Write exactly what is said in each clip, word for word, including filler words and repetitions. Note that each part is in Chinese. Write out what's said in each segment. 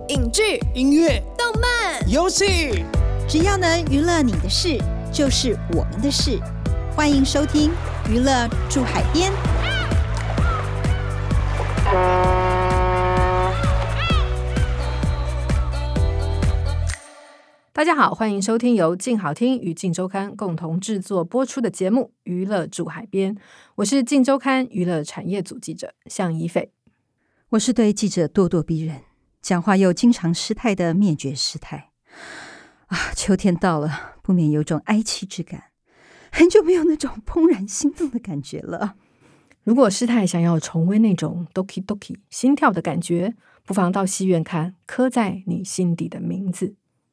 影剧、 音乐、 动漫、 游戏， 只要能娱乐你的事，就是我们的事。欢迎收听《娱乐住海边》。 大家好，欢迎收听由静好听与静周刊共同制作播出的节目《娱乐住海边》，我是静周刊娱乐产业组记者向怡斐。 我是对记者咄咄逼人，讲话又经常失态的灭绝师太啊！秋天到了，不免有种哀戚之感，很久没有那种怦然心动的感觉了。 如果师太想要重温那种 doki doki 心跳的感觉，不妨到戏院看《刻在你心底的名字》。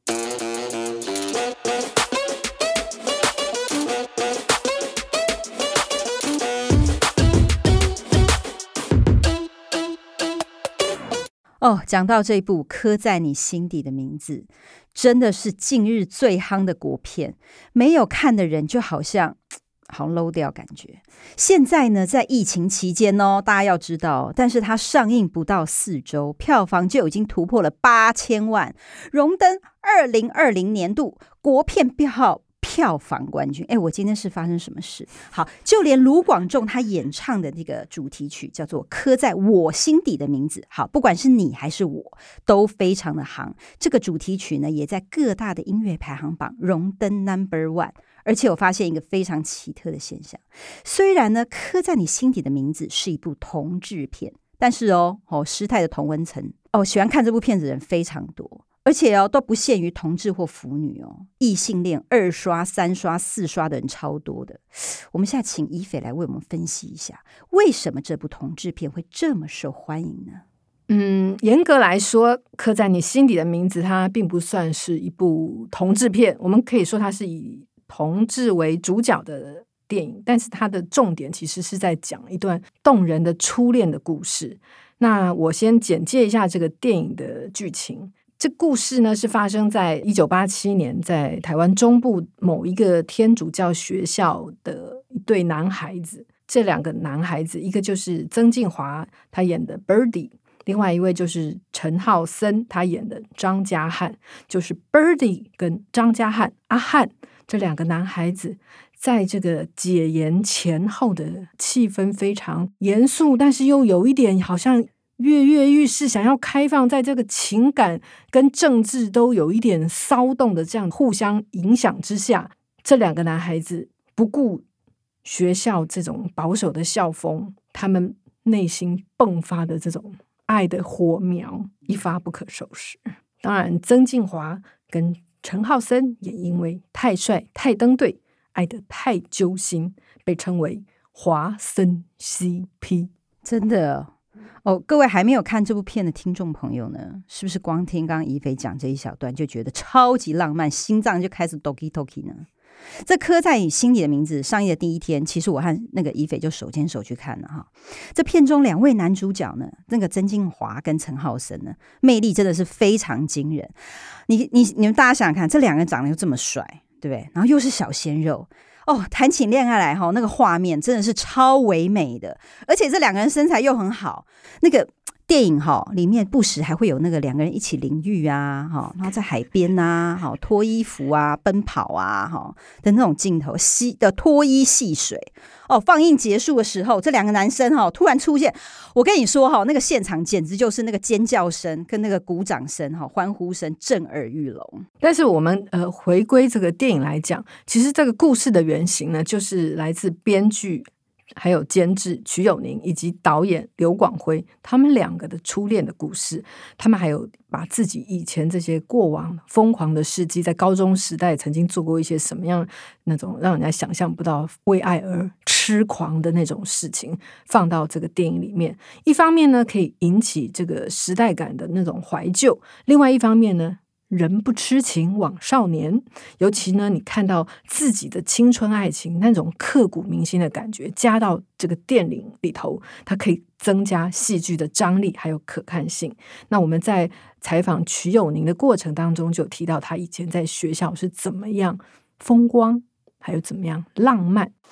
哦，讲到这部《刻在你心底的名字》，真的是近日最夯的国片，没有看的人就好像好 low 掉感觉。现在呢，在疫情期间哦，大家要知道，但是它上映不到四周，票房就已经突破了八千万，荣登二零二零年度国片票票房冠军。哎，我今天是发生什么事？好，就连卢广仲他演唱的那个主题曲叫做《刻在我心底的名字》，好，不管是你还是我，都非常的夯。这个主题曲呢，也在各大的音乐排行榜荣登 number one。而且我发现一个非常奇特的现象，虽然呢，《刻在你心底的名字》是一部同志片，但是哦，哦，师太的同温层哦，喜欢看这部片子的人非常多。而且哦，都不限于同志或腐女哦，异性恋二刷、三刷、四刷的人超多的。我们现在请怡斐来为我们分析一下，为什么这部同志片会这么受欢迎呢？ 嗯，严格来说，《刻在你心底的名字》它并不算是一部同志片，我们可以说它是以同志为主角的电影，但是它的重点其实是在讲一段动人的初恋的故事。那我先简介一下这个电影的剧情。这故事呢是发生在一九八七年，在台湾中部某一个天主教学校的一对男孩子。这两个男孩子，一个就是曾敬骅他演的 Birdy， 另外一位就是陈浩森他演的张家汉。就是 Birdy 跟张家汉阿汉这两个男孩子，在这个解严前后的气氛非常严肃，但是又有一点好像跃跃欲试，想要开放，在这个情感跟政治都有一点骚动的这样互相影响之下，这两个男孩子不顾学校这种保守的校风，他们内心迸发的这种爱的火苗一发不可收拾。当然曾敬骅跟陈浩森也因为太帅太登对，爱得太揪心，被称为华森 C P。 真的哦，各位还没有看这部片的听众朋友呢，是不是光听刚刚怡斐讲这一小段就觉得超级浪漫，心脏就开始 doki doki 呢？这刻在你心里的名字上映的第一天，其实我和那个怡斐就手牵手去看了哈。这片中两位男主角呢，那个曾敬骅跟陈浩森呢，魅力真的是非常惊人。你你你们大家想想看，这两个人长得又这么帅，对不对？然后又是小鲜肉。哦，谈起恋爱来哈，那个画面真的是超唯美的，而且这两个人身材又很好。那个电影哈里面不时还会有那个两个人一起淋浴啊，哈，然后在海边啊，好脱衣服啊、奔跑啊，哈的那种镜头，戏的脱衣戏水。哦，放映结束的时候，这两个男生哈突然出现，我跟你说哈，那个现场简直就是那个尖叫声跟那个鼓掌声哈、欢呼声震耳欲聋。 但是我们呃回归这个电影来讲，其实这个故事的原型呢，就是来自编剧还有监制瞿友宁以及导演刘广辉他们两个的初恋的故事。他们还有把自己以前这些过往疯狂的事迹，在高中时代曾经做过一些什么样那种让人家想象不到为爱而痴狂的那种事情，放到这个电影里面。一方面呢，可以引起这个时代感的那种怀旧，另外一方面呢，人不痴情枉少年。尤其呢，你看到自己的青春爱情那种刻骨铭心的感觉加到这个电影里头，它可以增加戏剧的张力还有可看性。那我们在采访瞿友宁的过程当中，就提到他以前在学校是怎么样风光，还有怎么样浪漫。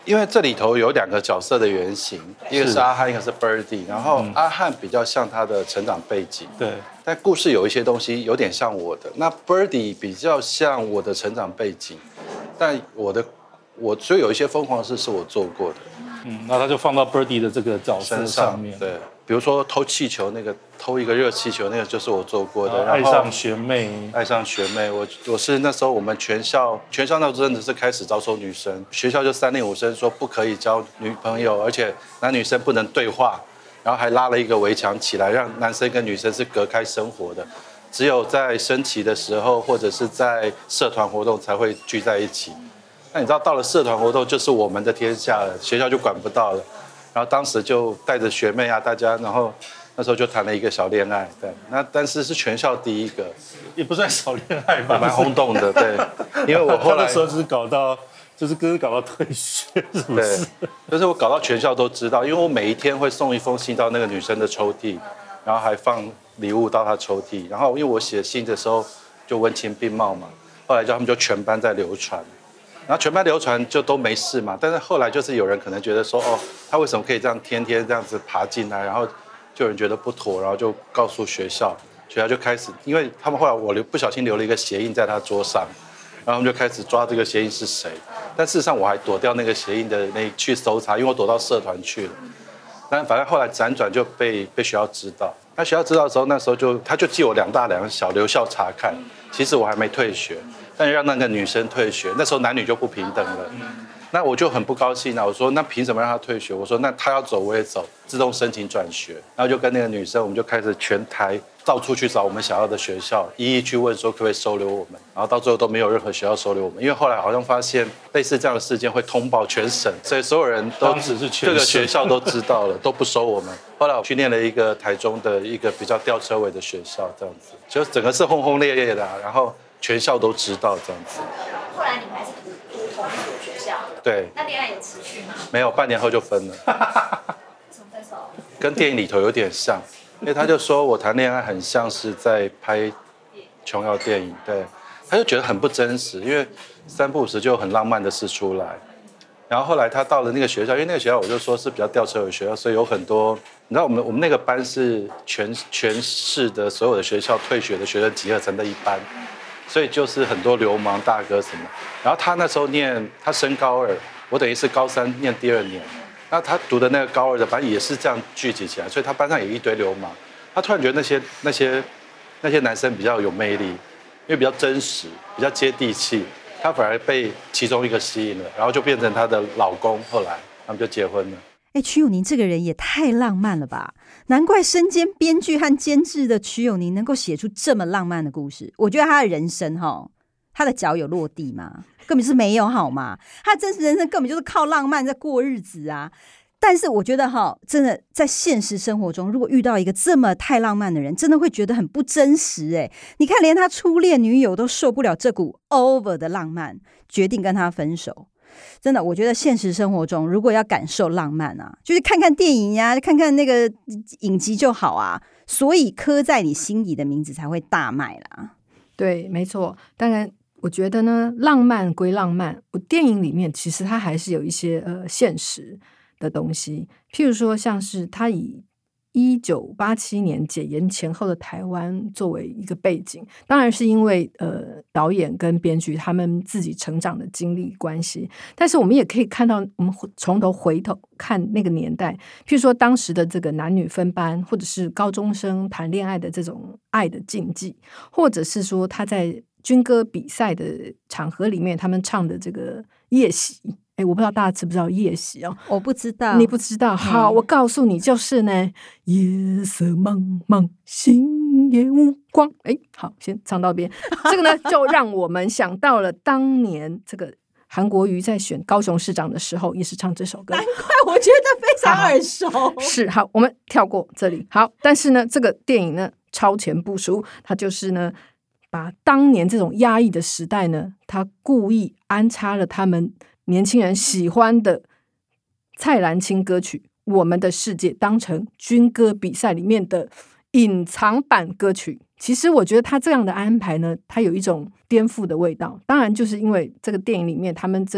因为这里头有两个角色的原型，一个是阿汉，一个是 Birdy。然后阿汉比较像他的成长背景， 对， 但故事有一些东西有点像我的。那 Birdy 比较像我的成长背景，但我的我所以有一些疯狂的事是我做过的。 嗯，那他就放到 Birdy 的这个角色上面。 对，比如说偷气球那个，偷一个热气球那个就是我做过的。 然后爱上学妹， 爱上学妹，我我是那时候我们全校全校那时候真的是开始招收女生，学校就三令五申说不可以交女朋友，而且男女生不能对话，然后还拉了一个围墙起来，让男生跟女生是隔开生活的，只有在升旗的时候或者是在社团活动才会聚在一起。那你知道到了社团活动就是我们的天下了，学校就管不到了。然后当时就带着学妹啊，大家，然后那时候就谈了一个小恋爱，对，那但是是全校第一个， 也不算小恋爱吧， 蛮轰动的，对，因为我后来那时候就是搞到，就是跟搞到退学，是不是？ 对，就是我搞到全校都知道，因为我每一天会送一封信到那个女生的抽屉，然后还放礼物到她抽屉，然后因为我写信的时候就文情并茂嘛，后来就他们就全班在流传。然后全班流传就都没事嘛，但是后来就是有人可能觉得说，哦，他为什么可以这样天天这样子爬进来，然后就有人觉得不妥，然后就告诉学校，学校就开始，因为他们后来我留不小心留了一个鞋印在他桌上，然后他们就开始抓这个鞋印是谁，但事实上我还躲掉那个鞋印的那去搜查，因为我躲到社团去了，但反正后来辗转就被被学校知道，那学校知道的时候，那时候就他就记我两大两小留校察看，其实我还没退学。但是让那个女生退学，那时候男女就不平等了。那我就很不高兴啊！我说那凭什么让她退学？我说那她要走我也走，自动申请转学。然后就跟那个女生，我们就开始全台到处去找我们想要的学校，一一去问说可不可以收留我们。然后到最后都没有任何学校收留我们，因为后来好像发现类似这样的事件会通报全省，所以所有人都当时是全省各个学校都知道了，都不收我们。后来我去念了一个台中的一个比较吊车尾的学校，这样子，就整个是轰轰烈烈的、啊，然后。全校都知道这样子。 后来你们还是读读同一所学校？ 对。 那恋爱有持续吗？ 没有，半年后就分了。 怎么分手？ 跟电影里头有点像，因为他就说我谈恋爱很像是在拍琼瑶电影，对，他就觉得很不真实，因为三不五时就有很浪漫的事出来。然后后来他到了那个学校，因为那个学校我就说是比较吊车尾学校，所以有很多，你知道我们我们那个班是全全市的所有的学校退学的学生集合成的一班。所以就是很多流氓大哥什么，然后他那时候念，他升高二，我等于是高三念第二年，那他读的那个高二的班也是这样聚集起来，所以他班上有一堆流氓，他突然觉得那些那些那些男生比较有魅力，因为比较真实，比较接地气，他反而被其中一个吸引了，然后就变成他的老公，后来他们就结婚了。 哎，瞿友宁这个人也太浪漫了吧！难怪身兼编剧和监制的瞿友宁能够写出这么浪漫的故事。我觉得他的人生哈，他的脚有落地吗？根本是没有好吗？他真实人生根本就是靠浪漫在过日子啊！但是我觉得哈，真的在现实生活中，如果遇到一个这么太浪漫的人，真的会觉得很不真实哎。你看，连他初恋女友都受不了这股 over 的浪漫，决定跟他分手。真的，我觉得现实生活中，如果要感受浪漫啊，就是看看电影呀、啊，看看那个影集就好啊。所以刻在你心底的名字才会大卖啦。 对，没错。当然，我觉得呢，浪漫归浪漫，我电影里面其实它还是有一些呃现实的东西，譬如说，像是他以一九八七年解严前后的台湾作为一个背景，当然是因为呃导演跟编剧他们自己成长的经历关系，但是我们也可以看到，我们从头回头看那个年代，譬如说当时的这个男女分班，或者是高中生谈恋爱的这种爱的禁忌，或者是说他在军歌比赛的场合里面，他们唱的这个夜袭。哎，我不知道大家知不知道夜袭哦？ 我不知道， 你不知道？好，我告诉你，就是呢，夜色茫茫，星也无光。哎，好，先唱到边。这个呢，就让我们想到了当年这个韩国瑜在选高雄市长的时候，也是唱这首歌。 难怪我觉得非常耳熟。 是，好，我们跳过这里。好，但是呢，这个电影呢，超前部署，它就是呢，把当年这种压抑的时代呢，它故意安插了他们年轻人喜欢的蔡澜清歌曲《我们的世界》当成军歌比赛里面的隐藏版歌曲。其实我觉得他这样的安排呢，它有一种颠覆的味道。当然就是因为这个电影里面他们这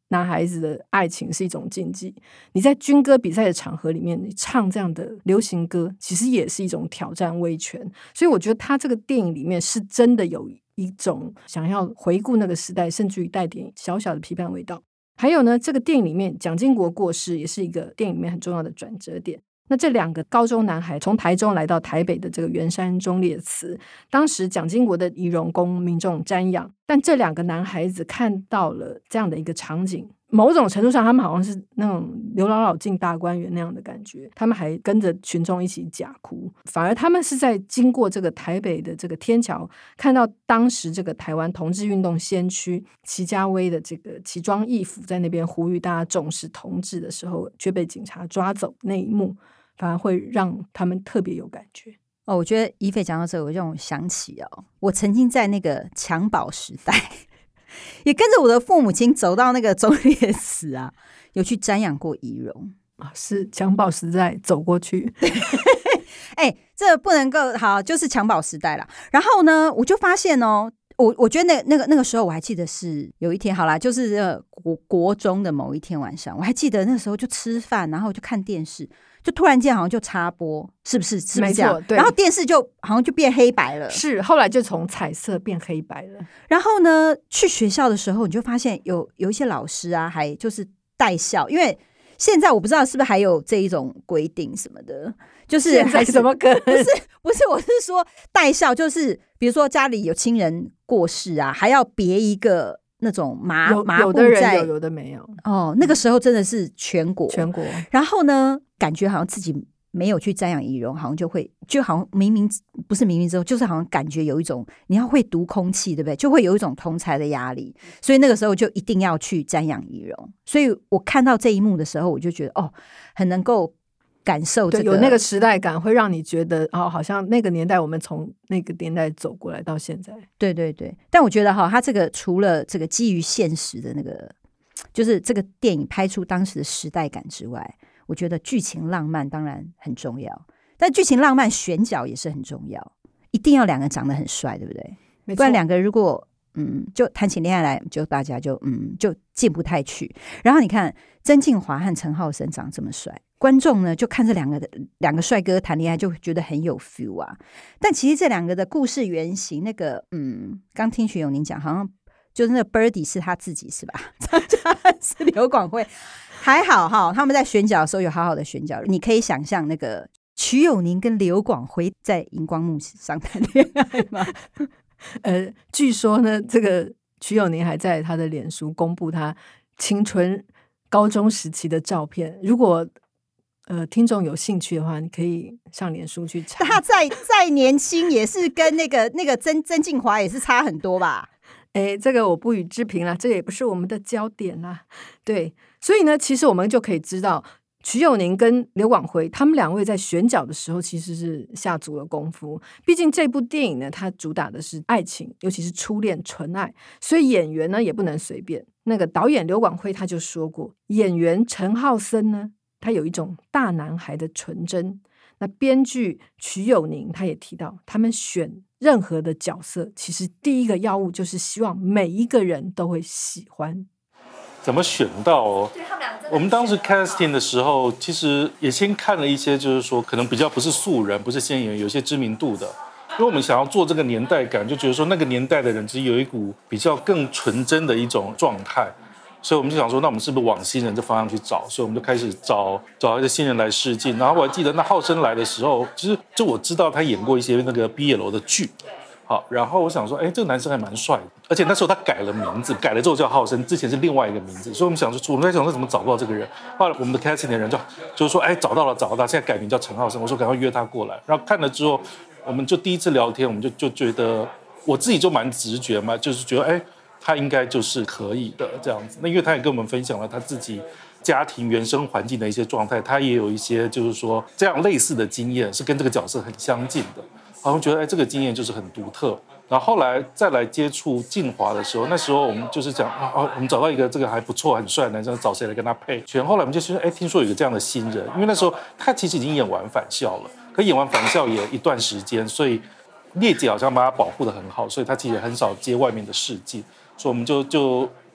男孩子的爱情是一种禁忌，你在军歌比赛的场合里面，你唱这样的流行歌，其实也是一种挑战威权。所以我觉得他这个电影里面是真的有一种想要回顾那个时代，甚至于带点小小的批判味道。还有呢，这个电影里面蒋经国过世也是一个电影里面很重要的转折点。那这两个高中男孩从台中来到台北的这个圆山忠烈祠，当时蒋经国的仪容供民众瞻仰，但这两个男孩子看到了这样的一个场景，某种程度上他们好像是那种刘姥姥进大观园那样的感觉，他们还跟着群众一起假哭，反而他们是在经过这个台北的这个天桥，看到当时这个台湾同志运动先驱祁家威的这个奇装异服在那边呼吁大家重视同志的时候，却被警察抓走那一幕，反而会让他们特别有感觉。 哦，我觉得怡斐讲到这个，我让我想起哦，我曾经在那个襁褓时代，也跟着我的父母亲走到那个忠烈祠啊，有去瞻仰过仪容啊，是襁褓时代走过去。 哎、欸，这不能够好，就是襁褓时代啦。然后呢，我就发现哦，我我觉得那那个那个时候我还记得是有一天，好啦，就是呃国国中的某一天晚上，我还记得那时候就吃饭，然后就看电视，就突然间好像就插播，是不是？是不是这样？然后电视就好像就变黑白了， 是后来就从彩色变黑白了。 然后呢，去学校的时候，你就发现有有一些老师啊，还就是带校，因为现在我不知道是不是还有这一种规定什么的。就是还是怎么可能？ 不是不是，我是说带孝，就是比如说家里有亲人过世啊，还要别一个那种麻麻布在， 有的人有，有的没有。 哦，那个时候真的是全国全国。 然后呢，感觉好像自己没有去瞻仰仪容，好像就会就好像冥冥不是冥冥之中，就是好像感觉有一种你要会读空气，对不对？就会有一种同侪的压力，所以那个时候就一定要去瞻仰仪容。所以我看到这一幕的时候，我就觉得哦，很能够感受这个， 有那个时代感，会让你觉得哦，好像那个年代我们从那个年代走过来到现在。 对对对，但我觉得哈，他这个除了这个基于现实的那个，就是这个电影拍出当时的时代感之外，我觉得剧情浪漫当然很重要，但剧情浪漫选角也是很重要，一定要两个长得很帅，对不对？不然两个如果嗯就谈起恋爱来，就大家就嗯就进不太去。然后你看曾敬骅和陈浩森长这么帅，观众呢就看这两个两个帅哥谈恋爱就觉得很有 feel 啊。但其实这两个的故事原型，那个嗯，刚听徐永宁讲，好像就是那个 Birdy 是他自己是吧？张家汉是刘广辉，还好哈，他们在选角的时候有好好的选角。你可以想象那个徐永宁跟刘广辉在荧光幕上谈恋爱吗？ 呃，据说呢，这个徐永宁还在他的脸书公布他青春高中时期的照片。如果呃听众有兴趣的话，你可以上脸书去查。 他再再年轻，也是跟那个那个曾曾敬骅也是差很多吧？ 哎，这个我不予置评啦，这个也不是我们的焦点啦。对，所以呢，其实我们就可以知道，徐永宁跟刘广辉他们两位在选角的时候其实是下足了功夫。毕竟这部电影呢，它主打的是爱情，尤其是初恋纯爱，所以演员呢也不能随便。那个导演刘广辉他就说过，演员陈浩森呢，他有一种大男孩的纯真。那编剧瞿友宁他也提到，他们选任何的角色，其实第一个要务就是希望每一个人都会喜欢。 怎么选到哦？ 对他们两个， 我们当时 casting 的时候，其实也先看了一些，就是说可能比较不是素人，不是新演员，有些知名度的。因为我们想要做这个年代感，就觉得说那个年代的人其实有一股比较更纯真的一种状态，所以我们就想说，那我们是不是往新人这方向去找？所以我们就开始找找一些新人来试镜。然后我还记得那浩生来的时候，其实就我知道他演过一些那个 B L 的剧。好，然后我想说，哎，这个男生还蛮帅的，而且那时候他改了名字，改了之后叫浩生，之前是另外一个名字，所以我们想说，我们在想说怎么找不到这个人。后来我们的 casting 的人就就是说，哎，找到了，找到了，现在改名叫陈浩生。我说赶快约他过来。然后看了之后，我们就第一次聊天，我们就就觉得，我自己就蛮直觉嘛，就是觉得，哎，他应该就是可以的这样子。那因为他也跟我们分享了他自己家庭原生环境的一些状态，他也有一些就是说这样类似的经验，是跟这个角色很相近的。好像觉得哎，这个经验就是很独特。然后后来再来接触静华的时候，那时候我们就是讲啊、哦，我们找到一个这个还不错、很帅的男生，找谁来跟他配？全后来我们就说，哎，听说有一个这样的新人，因为那时候他其实已经演完《返校》了，可演完《返校》也一段时间，所以烈姐好像把他保护得很好，所以他其实很少接外面的试镜，所以我们就就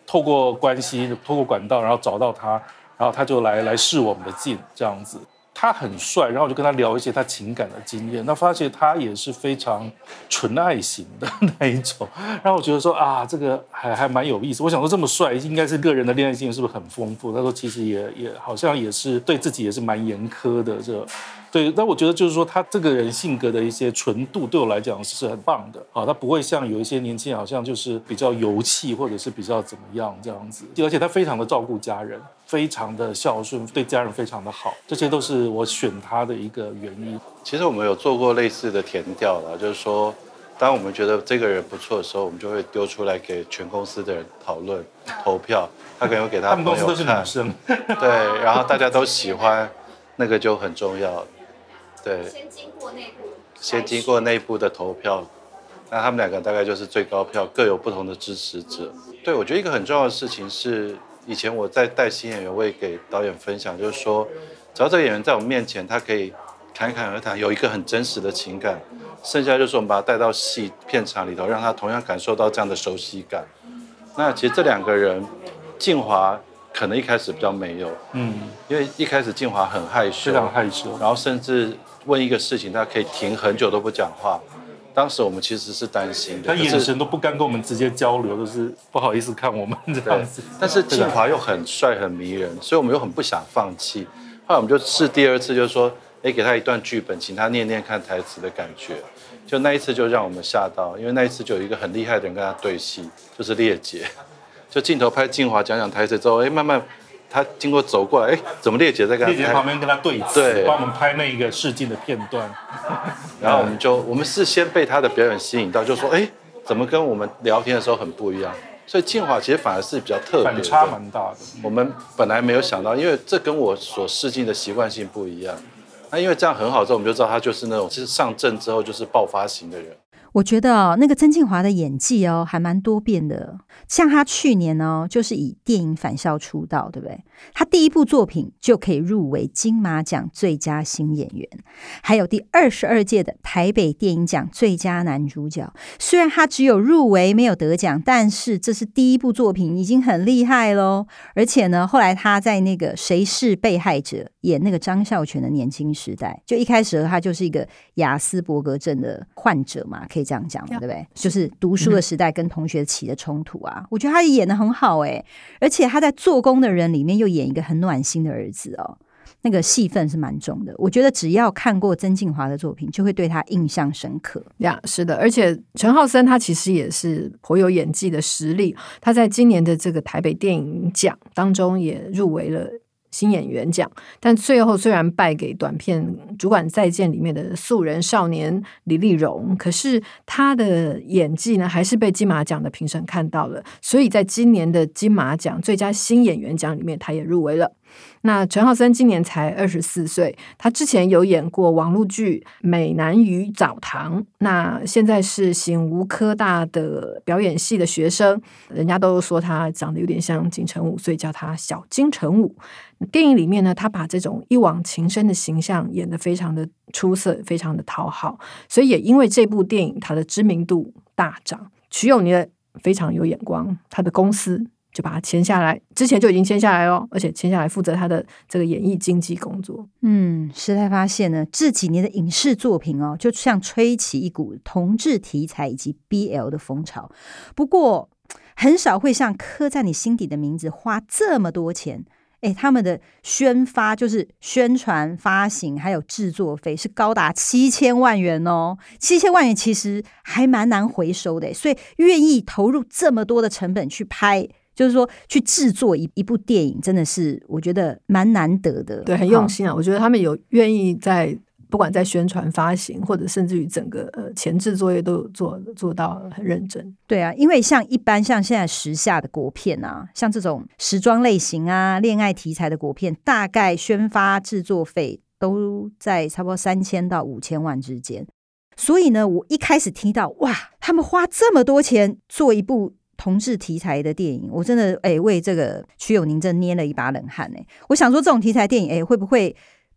透过关系透过管道然后找到他，然后他就来来试我们的镜这样子。他很帅，然后我就跟他聊一些他情感的经验，那发现他也是非常纯爱型的那一种，然后我觉得说啊，这个还还蛮有意思。我想说这么帅，应该是个人的恋爱经验是不是很丰富？他说其实也也好像也是对自己也是蛮严苛的，这对。但我觉得就是说他这个人性格的一些纯度对我来讲是很棒的啊，他不会像有一些年轻人好像就是比较油气或者是比较怎么样这样子，而且他非常的照顾家人，非常的孝顺，对家人非常的好，这些都是我选他的一个原因。 其实我们有做过类似的田调啦，就是说当我们觉得这个人不错的时候，我们就会丢出来给全公司的人讨论投票，他可能会给他朋友看， 他们公司都是女生对，然后大家都喜欢，那个就很重要。对， 先经过内部， 先经过内部的投票，那他们两个大概就是最高票，各有不同的支持者。对，我觉得一个很重要的事情是，以前我在带新演员，我也给导演分享，就是说，只要这个演员在我们面前，他可以侃侃而谈，有一个很真实的情感，剩下就是我们把他带到戏片场里头，让他同样感受到这样的熟悉感。那其实这两个人，静华可能一开始比较没有，嗯，因为一开始静华很害羞， 非常害羞， 然后甚至问一个事情，他可以停很久都不讲话。当时我们其实是担心的， 他眼神都不敢跟我们直接交流，都是不好意思看我们这样子。 但是静华又很帅很迷人，所以我们又很不想放弃。后来我们就试第二次，就是说，哎，给他一段剧本，请他念念看台词的感觉。就那一次就让我们吓到，因为那一次就有一个很厉害的人跟他对戏，就是烈姐。就镜头拍静华讲讲台词之后，哎，慢慢他经过走过来，哎，怎么烈姐在跟他？ 烈姐在旁边跟他对词，对，帮我们拍那个试镜的片段。 然后我们就，我们是先被他的表演吸引到，就说，哎，怎么跟我们聊天的时候很不一样？所以静华其实反而是比较特别的， 反差蛮大的。 我们本来没有想到，因为这跟我所试镜的习惯性不一样。那因为这样很好之后，我们就知道他就是那种，其实上阵之后就是爆发型的人。 我觉得哦，那个曾静华的演技哦，还蛮多变的。像他去年哦，就是以电影《返校》出道，对不对？他第一部作品就可以入围金马奖最佳新演员，还有第二十二届的台北电影奖最佳男主角。虽然他只有入围没有得奖，但是这是第一部作品，已经很厉害咯。而且呢，后来他在那个《谁是被害者》演那个张孝全的年轻时代，就一开始他就是一个亚斯伯格症的患者嘛，可以这样讲嘛，对不对？就是读书的时代跟同学起的冲突啊，我觉得他演得很好哎、欸，而且他在做工的人里面又演一个很暖心的儿子哦，那个戏份是蛮重的。我觉得只要看过曾静华的作品，就会对他印象深刻呀。是的，而且陈浩森他其实也是颇有演技的实力，他在今年的这个台北电影奖当中也入围了新演员奖，但最后虽然败给短片《主管再见》里面的素人少年李丽蓉，可是他的演技呢还是被金马奖的评审看到了，所以在今年的金马奖最佳新演员奖里面他也入围了。那陈浩森今年才二十四岁，他之前有演过网络剧《美男与澡堂》，那现在是醒吾科大的表演系的学生，人家都说他长得有点像金城武，所以叫他小金城武。电影里面呢，他把这种一往情深的形象演得非常的出色，非常的讨好，所以也因为这部电影他的知名度大涨。瞿友宁非常有眼光，他的公司就把他签下来，之前就已经签下来了，而且签下来负责他的这个演艺经纪工作。 嗯，时代发现呢，这几年的影视作品哦，就像吹起一股同志题材以及 B L 的风潮。不过，很少会像刻在你心底的名字花这么多钱。哎，他们的宣发就是宣传、发行还有制作费是高达七千万元哦，七千万元其实还蛮难回收的，所以愿意投入这么多的成本去拍。就是说，去制作一一部电影，真的是我觉得蛮难得的， 对，很用心啊。我觉得他们有愿意在不管在宣传、发行，或者甚至于整个呃前置作业都有做做到很认真。 对啊，因为像一般像现在时下的国片啊，像这种时装类型啊、恋爱题材的国片，大概宣发制作费都在差不多三千到五千万之间。所以呢，我一开始听到哇，他们花这么多钱做一部同志题材的电影，我真的哎为这个瞿友宁真捏了一把冷汗哎。我想说这种题材电影哎会不会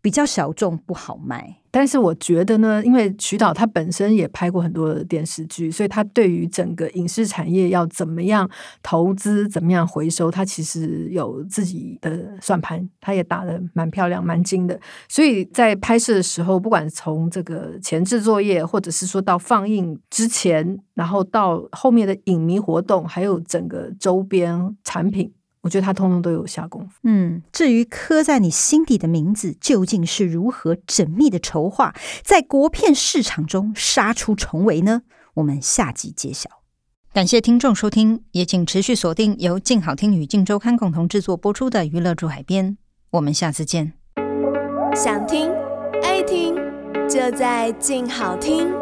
比较小众，不好卖。 但是我觉得呢，因为徐导他本身也拍过很多的电视剧，所以他对于整个影视产业要怎么样投资、怎么样回收，他其实有自己的算盘，他也打得蛮漂亮、蛮精的。所以在拍摄的时候，不管从这个前置作业，或者是说到放映之前，然后到后面的影迷活动，还有整个周边产品，我觉得他通通都有下功夫。 嗯，至于刻在你心底的名字究竟是如何缜密的筹划，在国片市场中杀出重围呢？我们下集揭晓。感谢听众收听，也请持续锁定由静好听与静周刊共同制作播出的娱乐驻海边。我们下次见。 想听爱听，就在静好听。